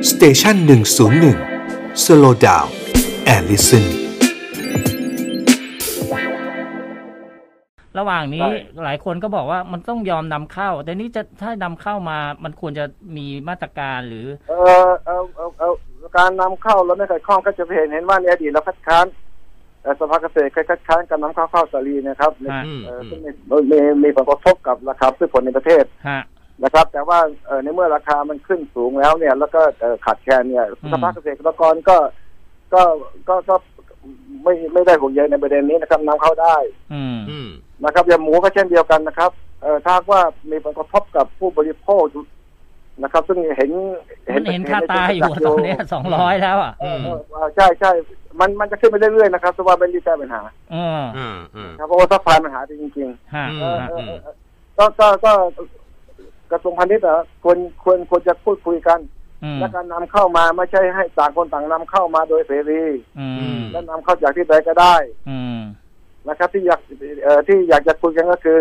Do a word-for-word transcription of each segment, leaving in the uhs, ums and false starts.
สเตชันหนึ่งศูนย์หนึ่ง Slow Down and Listen ระหว่างนี้หลายคนก็บอกว่ามันต้องยอมนำเข้าแต่นี้จะถ้านำเข้ามามันควรจะมีมาตรการหรือเออเออเออเออการนำเข้าเราไม่เคยคล้องก็จะเห็นเห็นว่าในอดีตเราคัดค้านสภาเกษตรเคยคัดค้านการนำเข้าข้าวสาลีนะครับซึ่งมีมีผลกระทบกับราคาพืชผลในประเทศนะครับแต่ว่าในเมื่อราคามันขึ้นสูงแล้วเนี่ยแล้วก็ขาดแคลนเนี่ยสภาเกษตรกรก็ก็ก็ก็ไม่ไม่ได้ห่วงใยในประเด็นนี้นะครับนำเข้าได้นะครับอย่างหมูก็เช่นเดียวกันนะครับเอ่อถ้าว่ามีผลกระทบกับผู้บริโภคนะครับซึ่งเห็นเห็นเห็นค่าตาอยู่ตอนนี้สองร้อยแล้วอ่ะใช่ใช่มันมันจะขึ้นไปเรื่อยๆนะครับเพราะว่าเป็นที่แก้ปัญหาอืมครับเพราะว่าซัพพลายมันหาจริงๆก็ก็ก็กระทรวงพาณิชย์นะควรควรควรจะพูดคุยกันและการนำเข้ามาไม่ใช่ให้ต่างคนต่างนำเข้ามาโดยเสรีและนำเข้าจากที่ใดก็ได้นะครับที่อยากที่อยากจะคุยกันก็คือ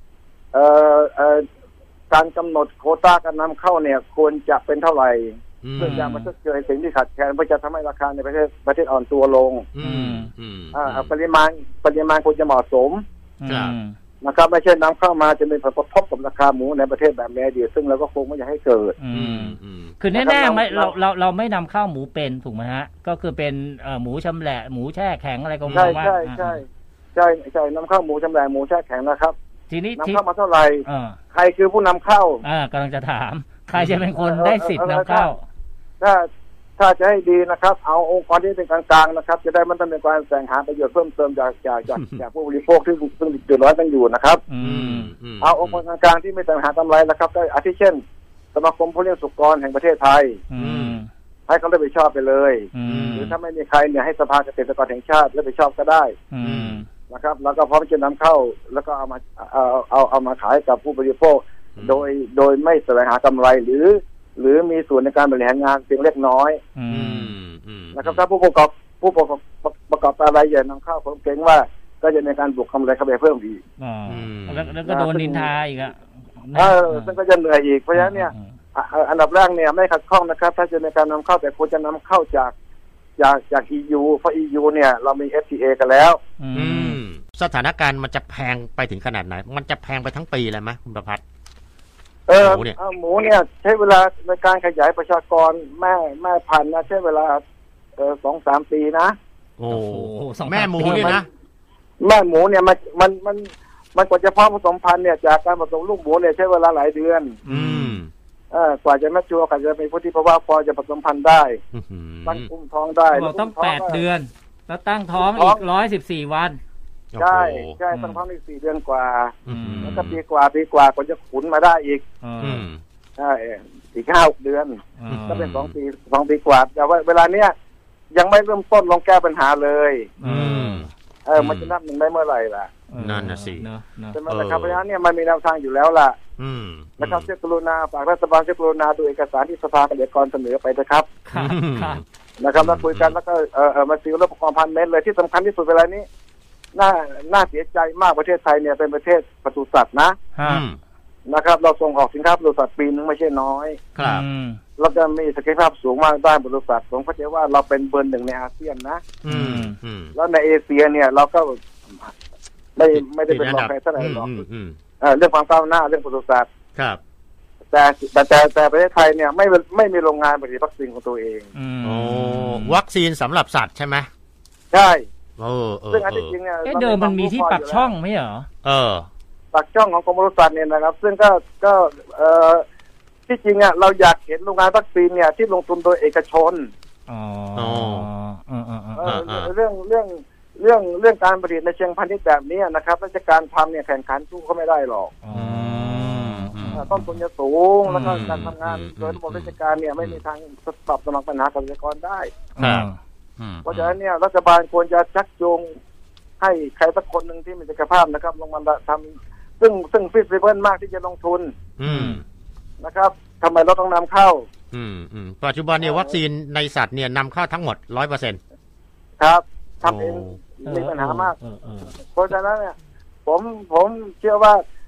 การกำหนดโควต้าการนำเข้าเนี่ยควรจะเป็นเท่าไหร่เพื่อจะมาชดเชยสิ่งที่ขาดแคลนเพื่อจะทำให้ราคาในประเทศประเทศอ่อนตัวลงปริมาณปริมาณควรจะเหมาะสมนะครับไม่ใช่นำเข้ามาจะเป็นผลกระทบกับราคาหมูในประเทศแบบนี้ดีซึ่งเราก็คงไม่อยากให้เกิดคือแน่ๆไม่เราเราเราไม่นำเข้าหมูเป็นถูกไหมฮะก็คือเป็นหมูชำแหละหมูแช่แข็งอะไรก็ว่าใช่ใช่ใช่ใช่ใช่นำเข้าหมูชำแหละหมูแช่แข็งนะครับทีนี้นำเข้ามาเท่าไหร่ใครคือผู้นำเข้าอ่ากำลังจะถามใครจะเป็นคนได้สิทธิ์นำเข้าถ้าถ้าจะให้ดีนะครับเอาองค์กรที่เป็นกลางๆนะครับจะได้มันต้องเป็นการแสวงหาประโยชน์เพิ่มเติมจากจากจากจากผู้บริโภคที่ซึ่งเดือดร้อนกันอยู่นะครับเอาองค์กรกลางๆที่ไม่แสวงหากำไรนะครับก็อาทิเช่นสมาคมผู้เลี้ยงสุกรแห่งประเทศไทยให้เขาได้ไปชอบไปเลยหรือถ้าไม่มีใครเนี่ยให้สภาเกษตรกรแห่งชาติได้ไปชอบก็ได้นะครับแล้วก็พร้อมจะนำเข้าแล้วก็เอามาเอาเอาเอามาขายกับผู้บริโภคโดยโดยไม่แสวงหากำไรหรือหรือมีส่วนในการบริหารงานเพียงเล็กน้อยนะครับถ้าผู้ประกอบผู้ประกอบประกอบอะไรอย่างนำเข้าผมเกรงว่าก็จะในการบวกกำไรเข้าไปเพิ่มอีกแล้วก็โดนนินทาอีกอ่ะเออซึ่งก็จะเหนื่อยอีกเพราะฉะนั้นเนี่ยอันดับแรกเนี่ยไม่ขัดข้องนะครับถ้าจะในการนำเข้าแต่ควรจะนำเข้าจากจากจาก อี ยู เพราะ อี ยู เนี่ยเรามี เอฟ ที เอ กันแล้วสถานการณ์มันจะแพงไปถึงขนาดไหนมันจะแพงไปทั้งปีเลยไหมคุณประภัสเออหมูเนี่ยหมูเนี่ยใช้เวลาในการขยายประชากรแม่แม่พันธุ์นะใช้เวลาเออสองสามปีนะโอ้แม่หมูเนี่ยนะแม่หมูเนี่ยมันมันมันมันกว่าจะพร้อมผสมพันธุ์เนี่ยจากการผสมลูกหมูเนี่ยใช้เวลาหลายเดือนอืมเออกว่าจะแม่ชัวร์กว่าจะมีพุทธิภาวะพอจะผสมพันธุ์ได้ตั้งอุ้มท้องได้ต้องแปดเดือนแล้วตั้งท้องอีกร้อยสิบสี่วันใช่ใช่ตั้งท้องอีกสี่เดือนกว่าแล้วก็ปีกว่าปีกว่ากว่าจะขุนมาได้อีกใช่อีกห้าหกเดือนก็เป็นสองปีสองปีกว่าแต่ว่าเวลาเนี้ยยังไม่เริ่มต้นลงแก้ปัญหาเลยเออมันจะนับหนึ่งได้เมื่อไหร่ล่ะนั่นน่ะสิใช่ไหมล่ะครับเพราะฉะนั้นเนี่ยมันมีแนวทางอยู่แล้วล่ะนะครับเจ้ากรุณาฝากรัฐบาลเจ้ากรุณาดูเอกสารที่สภาเกษตรกรเสนอไปนะครับนะครับแล้วคุยกันแล้วก็เออมาซื้อระบบความพันเมตรเลยที่สำคัญที่สุดเวลานี้น่าน่าเสียใจมากประเทศไทยเนี่ยเป็นประเทศปศุสัตว์นะนะครับเราส่งออกสินค้าปศุสัตว์ปีนึงไม่ใช่น้อยครับเราจะมีศักยภาพสูงมากด้านปศุสัตว์ผมเข้าใจว่าเราเป็นเบอร์หนึ่งในอาเซียนนะแล้วในเอเชียเนี่ยเราก็ไม่ไม่ได้เป็นรองใครเท่าไหร่หรอกเรื่องความก้าวหน้าเรื่องปศุสัตว์ครับแต่แต่แต่แต่ประเทศไทยเนี่ยไม่ไม่มีโรงงานผลิตวัคซีนของตัวเองโอ้วัคซีนสำหรับสัตว์ใช่ไหมใช่เออเออซึ่งอันที่จริงเนี่ยเดิมมันมีที่ปากช่องไม่เหรอเออปากช่องของกรมปศุสัตว์เนี่ยนะครับซึ่งก็ก็เอ่อที่จริงอ่ะเราอยากเห็นโรงงานวัคซีนเนี่ยที่ลงทุนโดยเอกชนอ๋อเออเรื่องเรื่องเรื่องเรื่องการผลิตในเชิงพาณิชย์แบบนี้นะครับราชการทำเนี่ยแข่งขันสู้เขาไม่ได้หรอกต้นทุนจะสูงแล้วก็การทำงานโดยระบบราชการเนี่ยไม่มีทางตอบสนองปัญหาเกษตรกรได้เพราะฉะนั้นเนี่ยรัฐบาลควรจะชักจูงให้ใครสักคนหนึ่งที่มีศักยภาพนะครับลงมาทำซึ่งซึ่งฟิสซิเบิลมากที่จะลงทุนนะครับทำไมเราต้องนำเข้าปัจจุบันเนี่ยวัคซีนในสัตว์เนี่ยนำเข้าทั้งหมดร้อยเปอร์เซ็นต์ครับทำเองมีปัญหามากเพราะฉะนั้นเนี่ยผมผมเชื่อว่า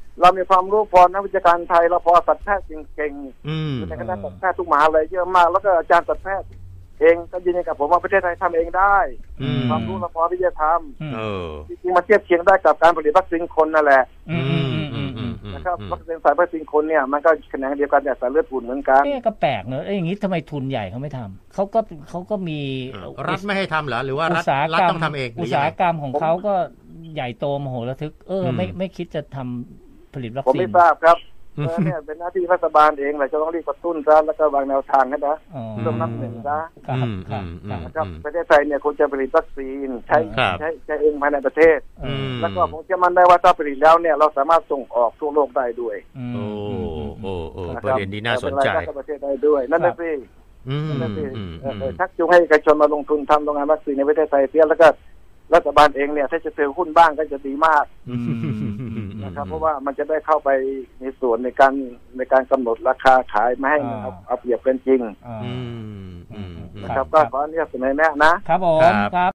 เรามีความรู้พอนักวิชาการไทยเราพอสัตวแพทย์เก่งๆในคณะสัตวแพทย์ทุกมหาวิทยาลัยเยอะมากแล้วก็อาจารย์สัตวแพทย์เองก็ยืนยันกับผมว่าประเทศไทยทำเองได้ความรู้เราพอที่จะทำจริงๆมาเทียบเคียงได้กับการผลิตวัคซีนคนนั่นแหละนะครับวัคซีนสายวัคซีนคนเนี่ยมันก็แขนงเดียวกันแต่สายเลือดอุ่นเหมือนกันเอ๊ะก็แปลกเนอะเอ๊ะอย่างนี้ทำไมทุนใหญ่เขาไม่ทำเขาก็เขาก็มีรัฐไม่ให้ทำเหรอหรือว่ารัฐรัฐต้องทำเองอุตสาหกรรมของเขาก็ใหญ่โตมโหฬารทึกเออไม่ไม่คิดจะทำผลิตวัคซีนผมไม่ทราบครับเนี่ยเป็นหน้าที่รัฐบาลเองแหละจะต้องรีบกระตุ้นซะแล้วก็วางแนวทางให้นะเริ่มนับหนึ่งซะนะครับประเทศไทยเนี่ยคงจะผลิตวัคซีนใช้ใช้ใช้เองภายในประเทศแล้วก็ผมเชื่อมั่นได้ว่าถ้าผลิตแล้วเนี่ยเราสามารถส่งออกทั่วโลกได้ด้วยโอ้โอ้โอ้ประเด็นนี้น่าสนใจประเทศได้ด้วยนั่นแหละสินั่นแหละสิชักจูงให้เอกชนมาลงทุนทำโรงงานวัคซีนในประเทศไทยเสียแล้วก็รัฐบาลเองเนี่ยถ้าจะซื้อหุ้นบ้างก็จะดีมากนะครับเพราะว่ามันจะได้เข้าไปในส่วนในการในการกำหนดราคาขายไม่ให้เอาเอาเปรียบเป็นจริงนะครับก็ขออนุญาตเสนอแนะนะครับผมครับ